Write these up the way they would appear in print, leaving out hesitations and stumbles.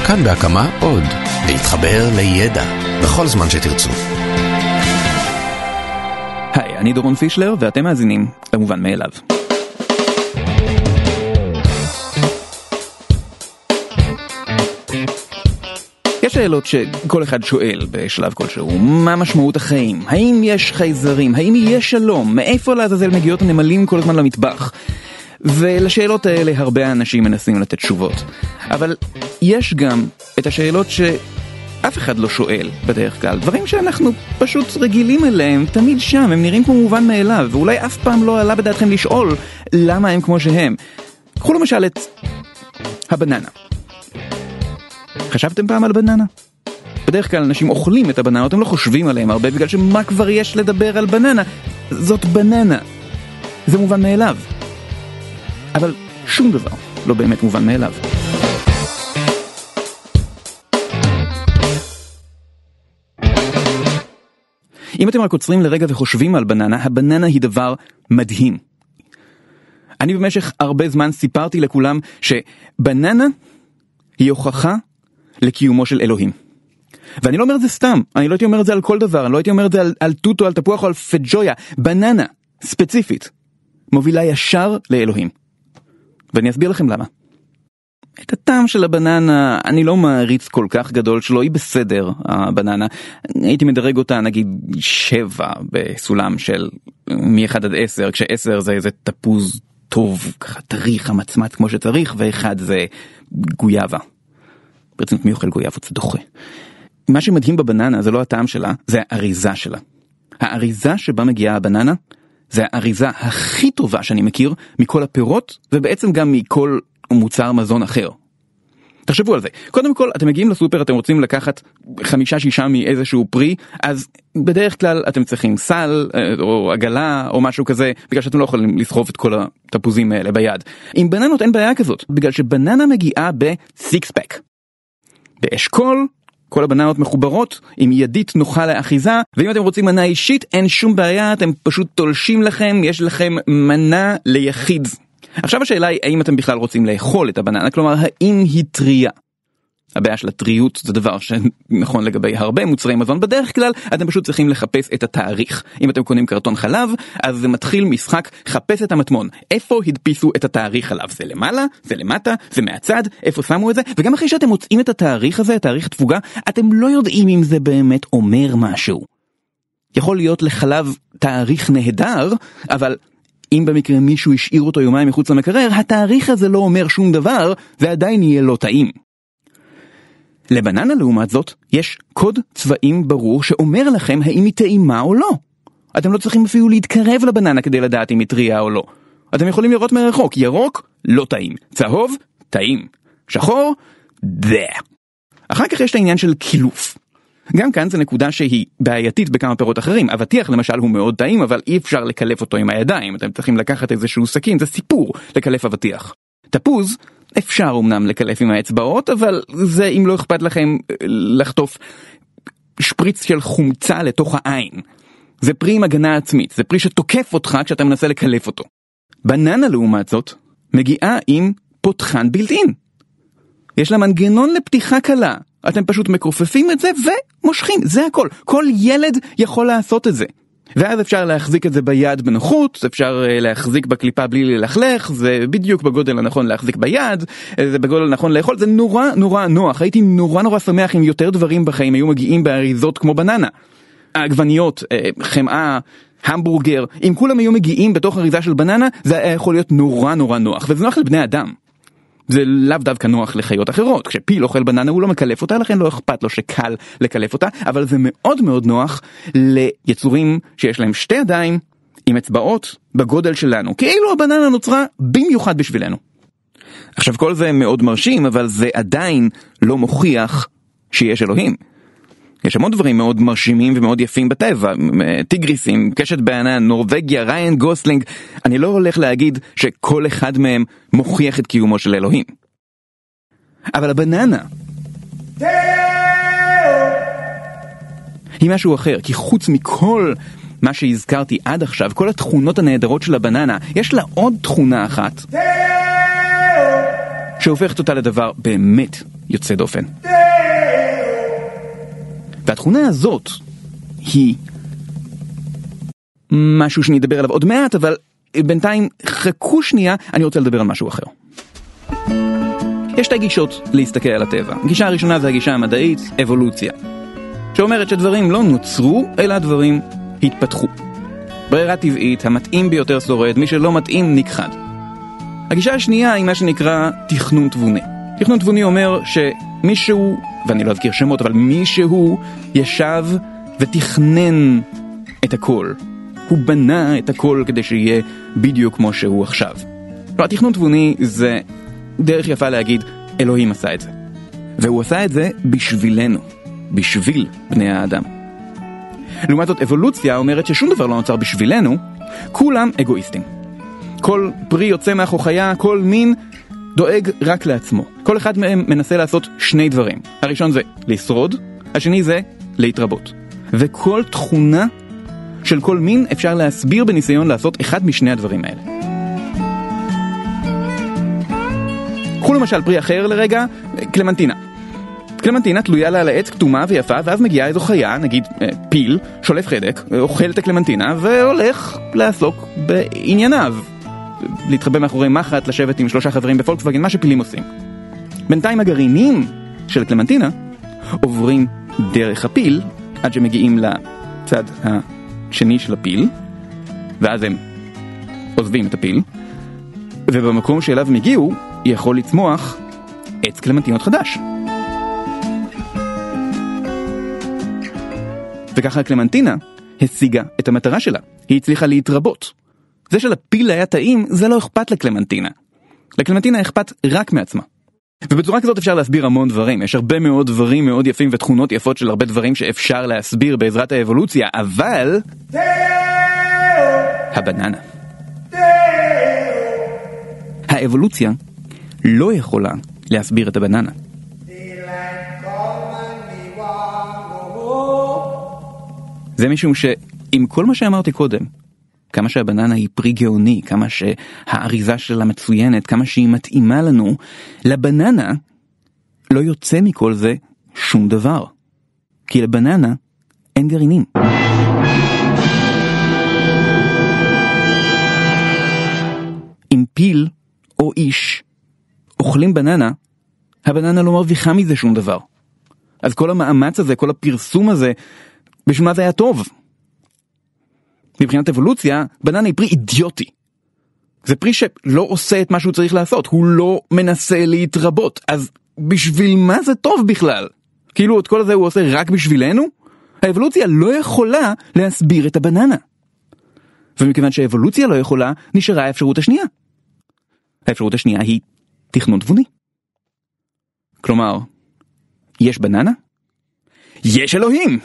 כאן בהקמה עוד, להתחבר לידע, בכל זמן שתרצו. היי, אני דורון פישלר, ואתם מאזינים למובן מאליו. יש שאלות שכל אחד שואל בשלב כלשהו. מה משמעות החיים? האם יש חייזרים? האם יש שלום? מאיפה לעזאזל מגיעות הנמלים כל הזמן למטבח? ולשאלות האלה הרבה אנשים מנסים לתת תשובות. אבל יש גם את השאלות שאף אחד לא שואל בדרך כלל. דברים שאנחנו פשוט רגילים אליהם, תמיד שם, הם נראים כמו מובן מאליו, ואולי אף פעם לא עלה בדעתכם לשאול למה הם כמו שהם. קחו למשל את הבננה. חשבתם פעם על בננה? בדרך כלל אנשים אוכלים את הבננות, הם לא חושבים עליהם הרבה, בגלל שמה כבר יש לדבר על בננה? זאת בננה. זה מובן מאליו. אבל שום דבר לא באמת מובן מאליו. אם אתם רק עוצרים לרגע וחושבים על בננה, הבננה היא דבר מדהים. אני במשך הרבה זמן סיפרתי לכולם שבננה היא הוכחה לקיומו של אלוהים. ואני לא אומר את זה סתם, אני לא הייתי אומר את זה על כל דבר, אני לא הייתי אומר את זה על טוטו, על תפוח או על פג'ויה. בננה, ספציפית, מובילה ישר לאלוהים. ואני אסביר לכם למה. את הטעם של הבננה, אני לא מעריץ כל כך גדול שלו, היא בסדר, הבננה. הייתי מדרג אותה, נגיד, 7 בסולם של מ-1 עד 10, כש-10 זה איזה תפוז טוב, ככה תריך, המצמץ כמו שצריך, ו1 זה גויאבה. בעצם מי אוכל גויאבות זה דוחה. מה שמדהים בבננה זה לא הטעם שלה, זה האריזה שלה. האריזה שבה מגיעה הבננה, זה האריזה הכי טובה שאני מכיר מכל הפירות, ובעצם גם מכל מוצר מזון אחר. תחשבו על זה. קודם כל, אתם מגיעים לסופר, אתם רוצים לקחת 5-6 מאיזשהו פרי, אז בדרך כלל אתם צריכים סל, או עגלה, או משהו כזה, בגלל שאתם לא יכולים לסחוב את כל התפוזים האלה ביד. עם בננות אין בעיה כזאת, בגלל שבננה מגיעה ב-6-pack. באשכול, כל הבננות מחוברות, עם ידית נוחה לאחיזה, ואם אתם רוצים מנה אישית, אין שום בעיה, אתם פשוט תולשים לכם, יש לכם מנה ליחיד. עכשיו השאלה היא, האם אתם בכלל רוצים לאכול את הבננה, כלומר, האם היא טריה? הבעיה של הטריות זה דבר שנכון לגבי הרבה מוצרי מזון, בדרך כלל אתם פשוט צריכים לחפש את התאריך. אם אתם קונים קרטון חלב, אז זה מתחיל משחק חפש את המטמון. איפה הדפיסו את התאריך חלב? זה למעלה, זה למטה, זה מהצד, איפה שמו את זה? וגם אחרי שאתם מוצאים את התאריך הזה, תאריך התפוגה, אתם לא יודעים אם זה באמת אומר משהו. יכול להיות לחלב תאריך נהדר, אבל אם במקרה מישהו השאיר אותו יומיים מחוץ למקרר, התאריך הזה לא אומר שום דבר, ועדיין יהיה לא טעים. לבננה לעומת זאת, יש קוד צבעים ברור שאומר לכם האם היא טעימה או לא. אתם לא צריכים אפילו להתקרב לבננה כדי לדעת אם היא טריה או לא. אתם יכולים לראות מרחוק, ירוק, לא טעים. צהוב, טעים. שחור, דה. אחר כך יש את העניין של קילוף. גם כאן זה נקודה שהיא בעייתית בכמה פירות אחרים. אבטיח למשל הוא מאוד טעים, אבל אי אפשר לקלף אותו עם הידיים. אתם צריכים לקחת איזשהו סכין, זה סיפור לקלף אבטיח. תפוז, אפשר אומנם לקלף עם האצבעות, אבל זה אם לא אכפת לכם לחטוף שפריץ של חומצה לתוך העין. זה פרי עם הגנה עצמית, זה פרי שתוקף אותך כשאתה מנסה לקלף אותו. בננה לעומת זאת, מגיעה עם פותחן בילט-אין. יש לה מנגנון לפתיחה קלה. אתם פשוט מקרופפים את זה ומושכים, זה הכל. כל ילד יכול לעשות את זה. ואז אפשר להחזיק את זה ביד בנוחות, אפשר להחזיק בקליפה בלי ללכלך, זה בדיוק בגודל הנכון להחזיק ביד, זה בגודל הנכון לאכול, זה נורא נורא נוח. הייתי נורא שמח אם יותר דברים בחיים היו מגיעים באריזות כמו בננה. העגבניות, חמאה, המבורגר, אם כולם היו מגיעים בתוך אריזה של בננה, זה היה יכול להיות נורא נוח, וזה נוח לבני אדם. זה לאו דווקא נוח לחיות אחרות. כשפיל אוכל בננה הוא לא מקלף אותה, לכן לא אכפת לו שקל לקלף אותה, אבל זה מאוד נוח ליצורים שיש להם 2 ידיים עם אצבעות בגודל שלנו, כאילו הבננה נוצרה במיוחד בשבילנו. עכשיו כל זה מאוד מרשים, אבל זה עדיין לא מוכיח שיש אלוהים. יש המון דברים מאוד מרשימים ומאוד יפים בטבע, טיגריסים, קשת בענן, נורווגיה, ריין גוסלינג. אני לא הולך להגיד שכל אחד מהם מוכיח את קיומו של אלוהים. אבל הבננה היא משהו אחר, כי חוץ מכל מה שהזכרתי עד עכשיו, כל התכונות הנהדרות של הבננה, יש לה עוד תכונה אחת שהופכת אותה לדבר באמת יוצא דופן. והתכונה הזאת היא משהו שנדבר עליו עוד מעט, אבל בינתיים חכו שנייה, אני רוצה לדבר על משהו אחר. יש שתי גישות להסתכל על הטבע. הגישה הראשונה זה הגישה המדעית, אבולוציה, שאומרת שדברים לא נוצרו, אלא הדברים התפתחו. ברירה טבעית, המתאים ביותר שורד, מי שלא מתאים נכחד. הגישה השנייה היא מה שנקרא תכנון תבוני. תכנון תבוני אומר שמישהו, ואני לא אזכיר שמות, אבל מישהו ישב ותכנן את הכל. הוא בנה את הכל כדי שיהיה בדיוק כמו שהוא עכשיו. התכנון תבוני זה דרך יפה להגיד, אלוהים עשה את זה. והוא עשה את זה בשבילנו, בשביל בני האדם. לעומת זאת, אבולוציה אומרת ששום דבר לא נוצר בשבילנו, כולם אגואיסטים. כל פרי יוצא מהחוכיה, כל מין דואג רק לעצמו. כל אחד מהם מנסה לעשות שני דברים. הראשון זה לשרוד, השני זה להתרבות. וכל תכונה של כל מין אפשר להסביר בניסיון לעשות אחד משני הדברים האלה. קחו למשל פרי אחר לרגע, קלמנטינה. קלמנטינה תלויה לה על העץ כתומה ויפה, ואז מגיעה איזו חיה, נגיד פיל, שולף חדק, אוכל את הקלמנטינה והולך לעסוק בענייניו. להתחבא מאחורי מחט, לשבת עם 3 חברים בפולקסווגן, מה שפילים עושים. בינתיים הגרעינים של הקלמנטינה עוברים דרך הפיל עד שמגיעים לצד השני של הפיל, ואז הם עוזבים את הפיל, ובמקום שאליו הם הגיעו יכול לצמוח עץ קלמנטינות חדש. וככה הקלמנטינה השיגה את המטרה שלה. היא הצליחה להתרבות. זה שלפיל היה טעים, זה לא אכפת לקלמנטינה. לקלמנטינה אכפת רק מעצמה. ובצורה כזאת אפשר להסביר המון דברים. יש הרבה מאוד דברים מאוד יפים ותכונות יפות של הרבה דברים שאפשר להסביר בעזרת האבולוציה, אבל הבננה. האבולוציה לא יכולה להסביר את הבננה. זה משום שעם כל מה שאמרתי קודם, כמה שהבננה היא פרי גאוני, כמה שהאריזה שלה מצוינת, כמה שהיא מתאימה לנו, לבננה לא יוצא מכל זה שום דבר. כי לבננה אין גרעינים. אם פיל או איש אוכלים בננה, הבננה לא מרוויחה מזה שום דבר. אז כל המאמץ הזה, כל הפרסום הזה, בשביל מה זה היה טוב? מבחינת אבולוציה, בננה היא פרי אידיוטי. זה פרי שלא עושה את מה שהוא צריך לעשות, הוא לא מנסה להתרבות, אז בשביל מה זה טוב בכלל? כאילו את כל הזה הוא עושה רק בשבילנו? האבולוציה לא יכולה להסביר את הבננה. ומכיוון שהאבולוציה לא יכולה, נשארה האפשרות השנייה. האפשרות השנייה היא תכנון תבוני. כלומר, יש בננה? יש אלוהים!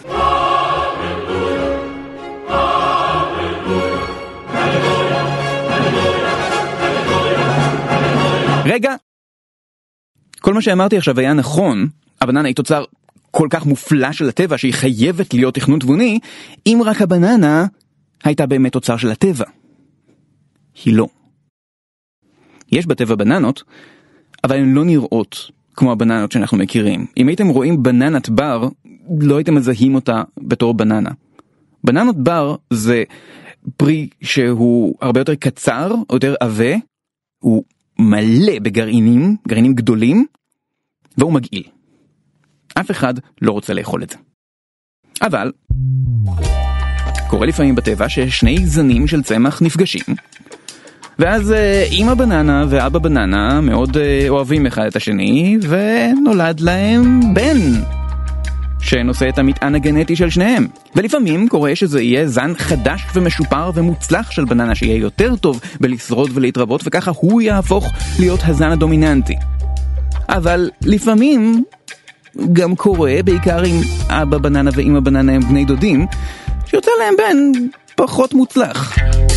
רגע, כל מה שאמרתי עכשיו היה נכון, הבננה היא תוצר כל כך מופלא של הטבע שהיא חייבת להיות תכנון תבוני, אם רק הבננה הייתה באמת תוצר של הטבע. היא לא. יש בטבע בננות, אבל הן לא נראות כמו הבננות שאנחנו מכירים. אם הייתם רואים בננת בר, לא הייתם מזהים אותה בתור בננה. בננות בר זה פרי שהוא הרבה יותר קצר, יותר עבה, הוא מלא בגרעינים, גרעינים גדולים, והוא מגעיל. אף אחד לא רוצה לאכול את זה. אבל קורה לפעמים בטבע ששני זנים של צמח נפגשים, ואז אמא בננה ואבא בננה מאוד אוהבים אחד את השני, ונולד להם בן שנושא את המטען הגנטי של שניהם. ולפעמים קורה שזה יהיה זן חדש ומשופר ומוצלח של בננה שיהיה יותר טוב בלשרוד ולהתרבות, וככה הוא יהפוך להיות הזן הדומיננטי. אבל לפעמים גם קורה, בעיקר עם אבא בננה ואמא בננה הם בני דודים, שיוצא להם בן פחות מוצלח.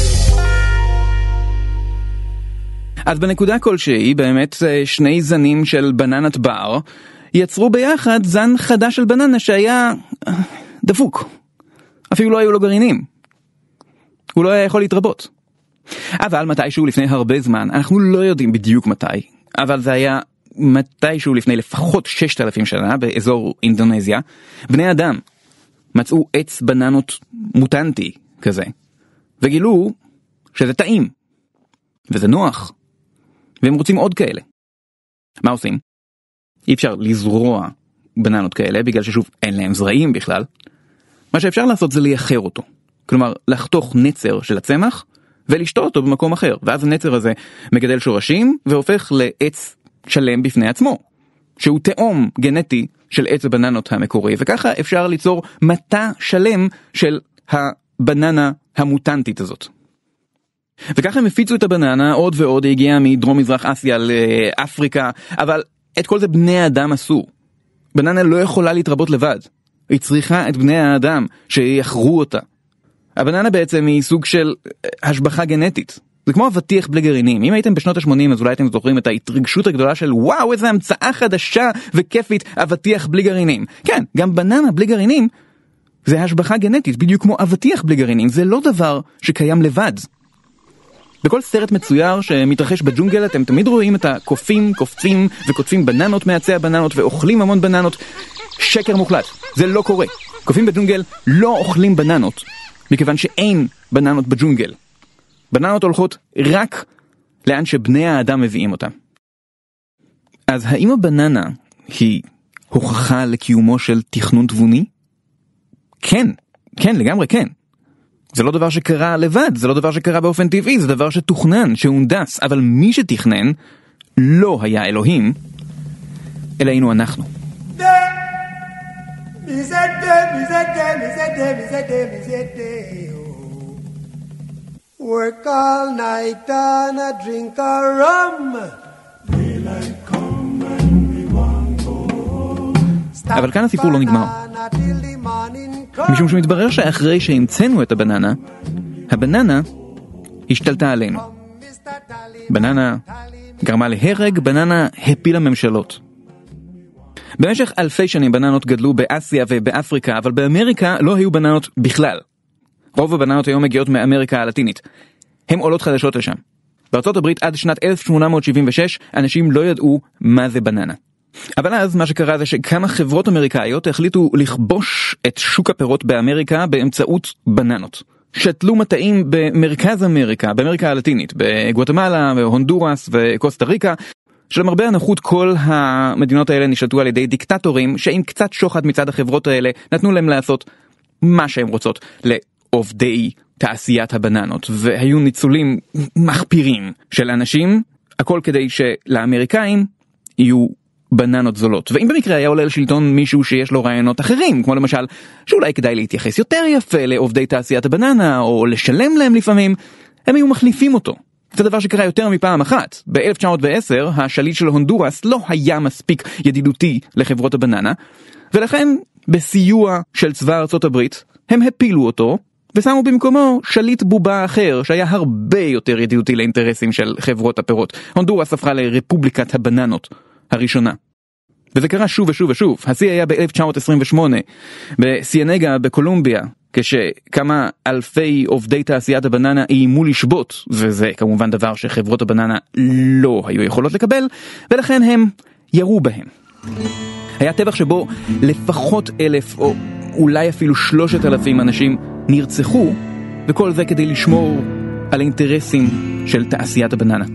אז בנקודה כלשהי, באמת שני זנים של בננת בר יצרו ביחד זן חדש של בננה שהיה דפוק. אפילו לא היו לו גרעינים. הוא לא היה יכול להתרבות. אבל מתישהו לפני הרבה זמן, אנחנו לא יודעים בדיוק מתי, אבל זה היה מתישהו לפני לפחות 6,000 שנה באזור אינדונזיה, בני אדם מצאו עץ בננות מוטנטי כזה, וגילו שזה טעים, וזה נוח, והם רוצים עוד כאלה. מה עושים? אי אפשר לזרוע בננות כאלה, בגלל ששוב אין להם זרעים בכלל. מה שאפשר לעשות זה לייחר אותו. כלומר, לחתוך נצר של הצמח, ולשתות אותו במקום אחר. ואז הנצר הזה מגדל שורשים, והופך לעץ שלם בפני עצמו, שהוא תאום גנטי של עץ הבננות המקורי, וככה אפשר ליצור מטע שלם של הבננה המוטנטית הזאת. וככה הם הפיצו את הבננה עוד ועוד, הגיעה מדרום מזרח אסיה לאפריקה, אבל את כל זה בני האדם עשו. בננה לא יכולה להתרבות לבד, היא צריכה את בני האדם שיחרו אותה. הבננה בעצם היא סוג של השבחה גנטית. זה כמו אבטיח בלי גרעינים. אם הייתם בשנות ה-80 אז אולי אתם זוכרים את ההתרגשות הגדולה של וואו, איזה המצאה חדשה וכיפית, אבטיח בלי גרעינים. כן, גם בננה בלי גרעינים זה השבחה גנטית, בדיוק כמו אבטיח בלי גרעינים. זה לא דבר שקיים לבד. בכל סרט מצויר שמתרחש בג'ונגל אתם תמיד רואים את הקופים קופצים וקוטפים בננות מעצי הבננות ואוכלים המון בננות. שקר מוחלט, זה לא קורה. קופים בג'ונגל לא אוכלים בננות, מכיוון שאין בננות בג'ונגל. בננות הולכות רק לאן שבני האדם מביאים אותם. אז האם הבננה היא הוכחה לקיומו של תכנון תבוני? כן, כן, לגמרי כן. זה לא דבר שקרה לבד, זה לא דבר שקרה באופן טבעי, זה דבר שתוכנן, שהונדס, אבל מי שתכנן לא היה אלוהים, אלא היינו אנחנו. Work all night and a drink a rum. Daylight come and we want go home. אבל כאן הסיפור לא נגמר. משום שמתברר שאחרי שהמצאנו את הבננה, הבננה השתלטה עלינו. בננה גרמה להרג, בננה הפילה ממשלות. במשך אלפי שנים בננות גדלו באסיה ובאפריקה, אבל באמריקה לא היו בננות בכלל. רוב הבננות היום מגיעות מאמריקה הלטינית. הן עולות חדשות לשם. בארצות הברית עד שנת 1876 אנשים לא ידעו מה זה בננה. אבל אז מה שקרה זה שכמה חברות אמריקאיות החליטו לכבוש את שוק הפירות באמריקה באמצעות בננות. שתלו מטעים במרכז אמריקה, באמריקה הלטינית, בגואטמלה, בהונדורס וקוסטה ריקה. שלמרבה הנוחות כל המדינות האלה נשלטו על ידי דיקטטורים שעם קצת שוחד מצד החברות האלה נתנו להם לעשות מה שהם רוצות לעובדי תעשיית הבננות, והיו ניצולים מחפירים של אנשים, הכל כדי שלאמריקאים יהיו בננות זולות. ואם במקרה היה עולה לשלטון מישהו שיש לו רעיונות אחרים, כמו למשל שאולי כדאי להתייחס יותר יפה לעובדי תעשיית הבננה או לשלם להם לפעמים, הם היו מחליפים אותו. זה דבר שקרה יותר מפעם אחת. ב-1910 השליט של הונדורס לא היה מספיק ידידותי לחברות הבננה, ולכן בסיוע של צבא ארצות הברית הם הפילו אותו ושמו במקומו שליט בובה אחר שהיה הרבה יותר ידידותי לאינטרסים של חברות הפירות. הונדורס הפכה לרפובליקת הבננות הראשונה. וזה קרה שוב ושוב ושוב. השיא היה ב-1928 בסיינגה בקולומביה, כשכמה אלפי עובדי תעשיית הבננה איימו לשבות, וזה כמובן דבר שחברות הבננה לא היו יכולות לקבל, ולכן הם ירו בהם. היה טבח שבו לפחות 1,000 או אולי אפילו 3,000 אנשים נרצחו, וכל זה כדי לשמור על האינטרסים של תעשיית הבננה.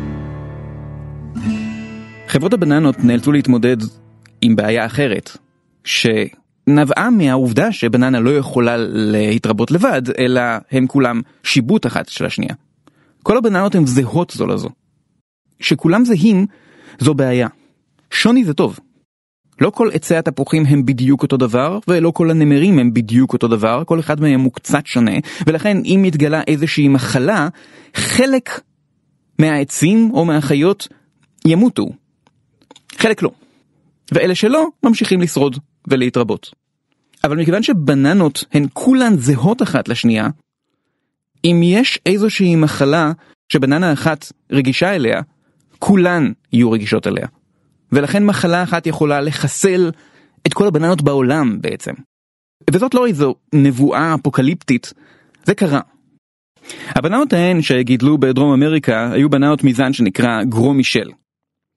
חברות הבננות נאלצו להתמודד עם בעיה אחרת, שנבעה מהעובדה שבננה לא יכולה להתרבות לבד, אלא הם כולם שיבוט אחת של השנייה. כל הבננות הן זהות זו לזו. שכולם זהים זו בעיה. שוני זה טוב. לא כל עצי התפוחים הם בדיוק אותו דבר, ולא כל הנמרים הם בדיוק אותו דבר, כל אחד מהם הוא קצת שונה, ולכן אם מתגלה איזושהי מחלה, חלק מהעצים או מהחיות ימותו. חלק לא. ואלה שלא ממשיכים לשרוד ולהתרבות. אבל מכיוון שבננות הן כולן זהות אחת לשנייה, אם יש איזושהי מחלה שבננה אחת רגישה אליה, כולן יהיו רגישות אליה. ולכן מחלה אחת יכולה לחסל את כל הבננות בעולם בעצם. וזאת לא איזו נבואה אפוקליפטית, זה קרה. הבננות ההן שגידלו בדרום אמריקה היו בננות מזן שנקרא גרו מישל.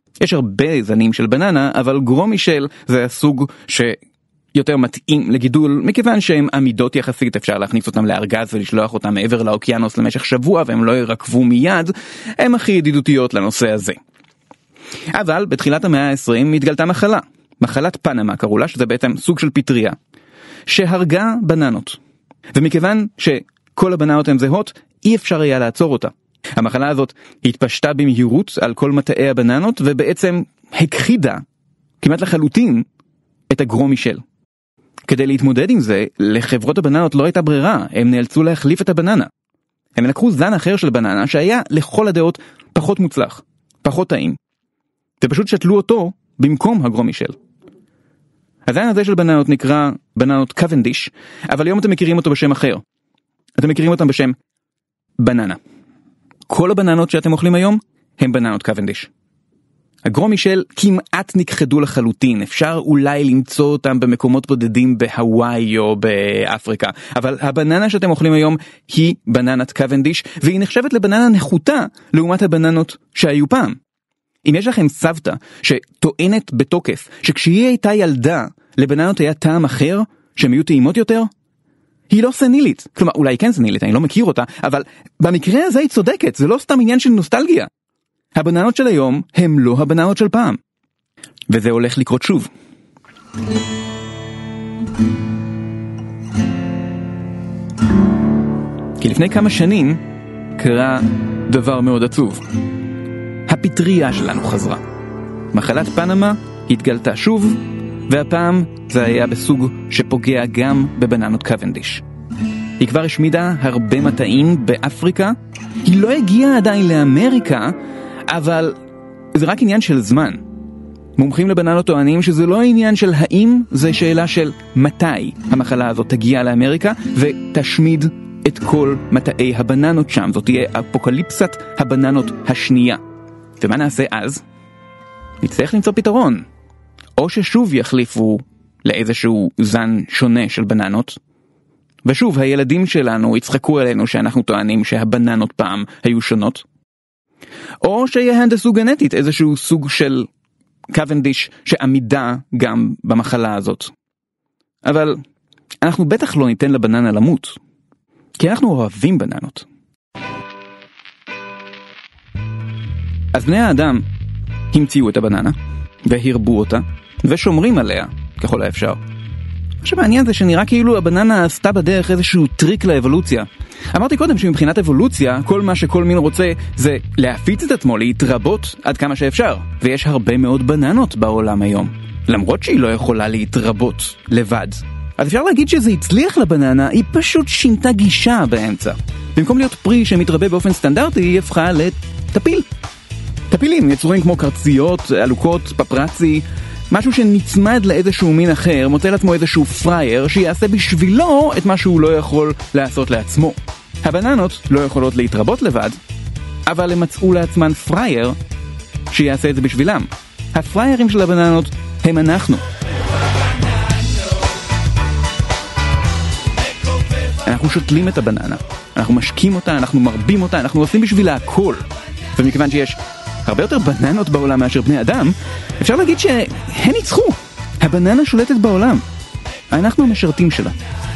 יש הרבה זנים של בננה, אבל גרום מישל זה הסוג שיותר מתאים לגידול, מכיוון שהם עמידות יחסית, אפשר להכניס אותם לארגז ולשלוח אותם מעבר לאוקיינוס למשך שבוע, והם לא ירקבו מיד, הם הכי ידידותיות לנושא הזה. אבל בתחילת המאה ה-20 התגלתה מחלה, מחלת פנמה קראו לה, שזה בעצם סוג של פטריה, שהרגה בננות. ומכיוון שכל הבננות הן זהות, אי אפשר היה לעצור אותה. המחלה הזאת התפשטה במהירות על כל מטעי הבננות, ובעצם הכחידה כמעט לחלוטין את הגרום מישל. כדי להתמודד עם זה, לחברות הבננות לא הייתה ברירה, הם נאלצו להחליף את הבננה. הם לקחו זן אחר של בננה שהיה לכל הדעות פחות מוצלח, פחות טעים. ופשוט שתלו אותו במקום הגרום מישל. הזן הזה של בננות נקרא בננות קוונדיש, אבל היום אתם מכירים אותו בשם אחר. אתם מכירים אותם בשם בננה. כל הבננות שאתם אוכלים היום הם בננות קוונדיש. הגרום מישל כמעט נכחדו לחלוטין, אפשר אולי למצוא אותם במקומות בודדים בהוואי או באפריקה, אבל הבננה שאתם אוכלים היום היא בננת קוונדיש, והיא נחשבת לבננה נחותה לעומת הבננות שהיו פעם. אם יש לכם סבתא שטוענת בתוקף שכשהיא הייתה ילדה לבננות היה טעם אחר, שהן היו טעימות יותר, היא לא סנילית. כלומר, אולי כן סנילית, אני לא מכיר אותה, אבל במקרה הזה היא צודקת, זה לא סתם עניין של נוסטלגיה. הבננות של היום הם לא הבננות של פעם. וזה הולך לקרות שוב. כי לפני כמה שנים קרה דבר מאוד עצוב. הפטריה שלנו חזרה. מחלת פנמה התגלתה שוב, והפעם זה היה בסוג שפוגע גם בבננות קוונדיש. היא כבר השמידה הרבה מטעים באפריקה, היא לא הגיעה עדיין לאמריקה, אבל זה רק עניין של זמן. מומחים לבננות טוענים שזה לא עניין של האם, זה שאלה של מתי המחלה הזאת תגיע לאמריקה ותשמיד את כל מטעי הבננות שם. זאת תהיה אפוקליפסת הבננות השנייה. ומה נעשה אז? נצטרך למצוא פתרון. או ששוב יחליפו לאיזשהו זן שונה של בננות, ושוב הילדים שלנו יצחקו עלינו שאנחנו טוענים שהבננות פעם היו שונות, או שיהנדסו גנטית איזשהו סוג של קוונדיש שעמידה גם במחלה הזאת. אבל אנחנו בטח לא ניתן לבננה למות, כי אנחנו אוהבים בננות. אז בני האדם המציאו את הבננה, והרבו אותה, ושומרים עליה, ככל האפשר. עכשיו העניין זה שנראה כאילו הבננה עשתה בדרך איזשהו טריק לאבולוציה. אמרתי קודם שמבחינת אבולוציה, כל מה שכל מין רוצה זה להפיץ את עצמו, להתרבות עד כמה שאפשר. ויש הרבה מאוד בננות בעולם היום, למרות שהיא לא יכולה להתרבות לבד. אז אפשר להגיד שזה הצליח לבננה, היא פשוט שינתה גישה באמצע. במקום להיות פרי שמתרבה באופן סטנדרטי, היא הפכה לטפיל. טפילים, יצורים כמו קרציות, אלוקות, פפרצי, משהו שנצמד לאיזשהו מין אחר, מוצא לעצמו איזשהו פרייר שיעשה בשבילו את מה שהוא לא יכול לעשות לעצמו. הבננות לא יכולות להתרבות לבד, אבל הם מצאו לעצמן פרייר שיעשה את זה בשבילם. הפריירים של הבננות הם אנחנו. אנחנו שותלים את הבננה, אנחנו משקים אותה, אנחנו מרבים אותה, אנחנו עושים בשבילה הכל. ומכיוון שיש הרבה יותר בננות בעולם מאשר בני אדם, אפשר להגיד שהן ניצחו. הבננה שולטת בעולם. אנחנו המשרתים שלה.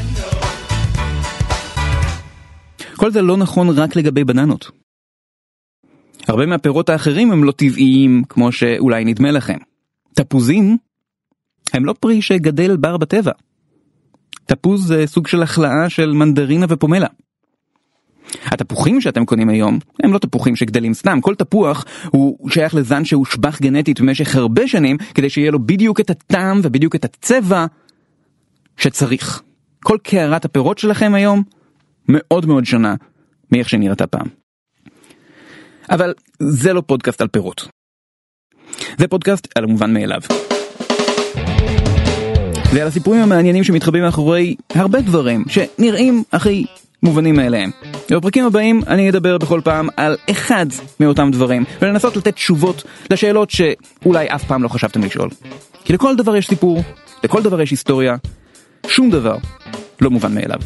כל זה לא נכון רק לגבי בננות. הרבה מהפירות האחרים הם לא טבעיים כמו שאולי נדמה לכם. תפוזים הם לא פרי שגדל בר בטבע. תפוז זה סוג של החלאה של מנדרינה ופומלה. התפוחים שאתם קונים היום הם לא תפוחים שגדלים סתם. כל תפוח הוא שייך לזן שהושבח גנטית במשך הרבה שנים כדי שיהיה לו בדיוק את הטעם ובדיוק את הצבע שצריך. כל קערת הפירות שלכם היום מאוד מאוד שונה מאיך שנראתה פעם. אבל זה לא פודקאסט על פירות. זה פודקאסט על המובן מאליו. זה על הסיפורים המעניינים שמתחבאים מאחורי הרבה דברים שנראים הכי מובנים מאליהם. ובפרקים הבאים אני אדבר בכל פעם על אחד מאותם דברים, ולנסות לתת תשובות לשאלות שאולי אף פעם לא חשבתם לשאול. כי לכל דבר יש סיפור, לכל דבר יש היסטוריה, שום דבר לא מובן מאליו.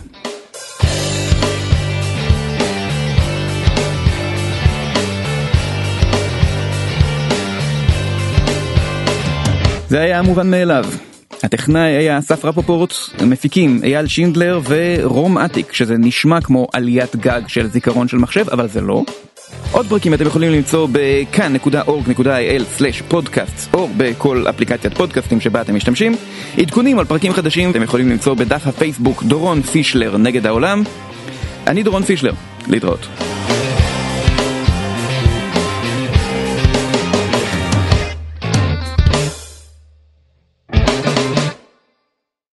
זה היה המובן מאליו. הטכנאי היה אסף רפופורט, מפיקים אייל שינדלר ורום עתיק, שזה נשמע כמו עליית גג של זיכרון של מחשב, אבל זה לא. עוד פרקים אתם יכולים למצוא בכאן.org.il/podcasts או בכל אפליקציית פודקאסטים שבה אתם משתמשים. עדכונים על פרקים חדשים אתם יכולים למצוא בדף הפייסבוק דורון פישלר נגד העולם. אני דורון פישלר, להתראות.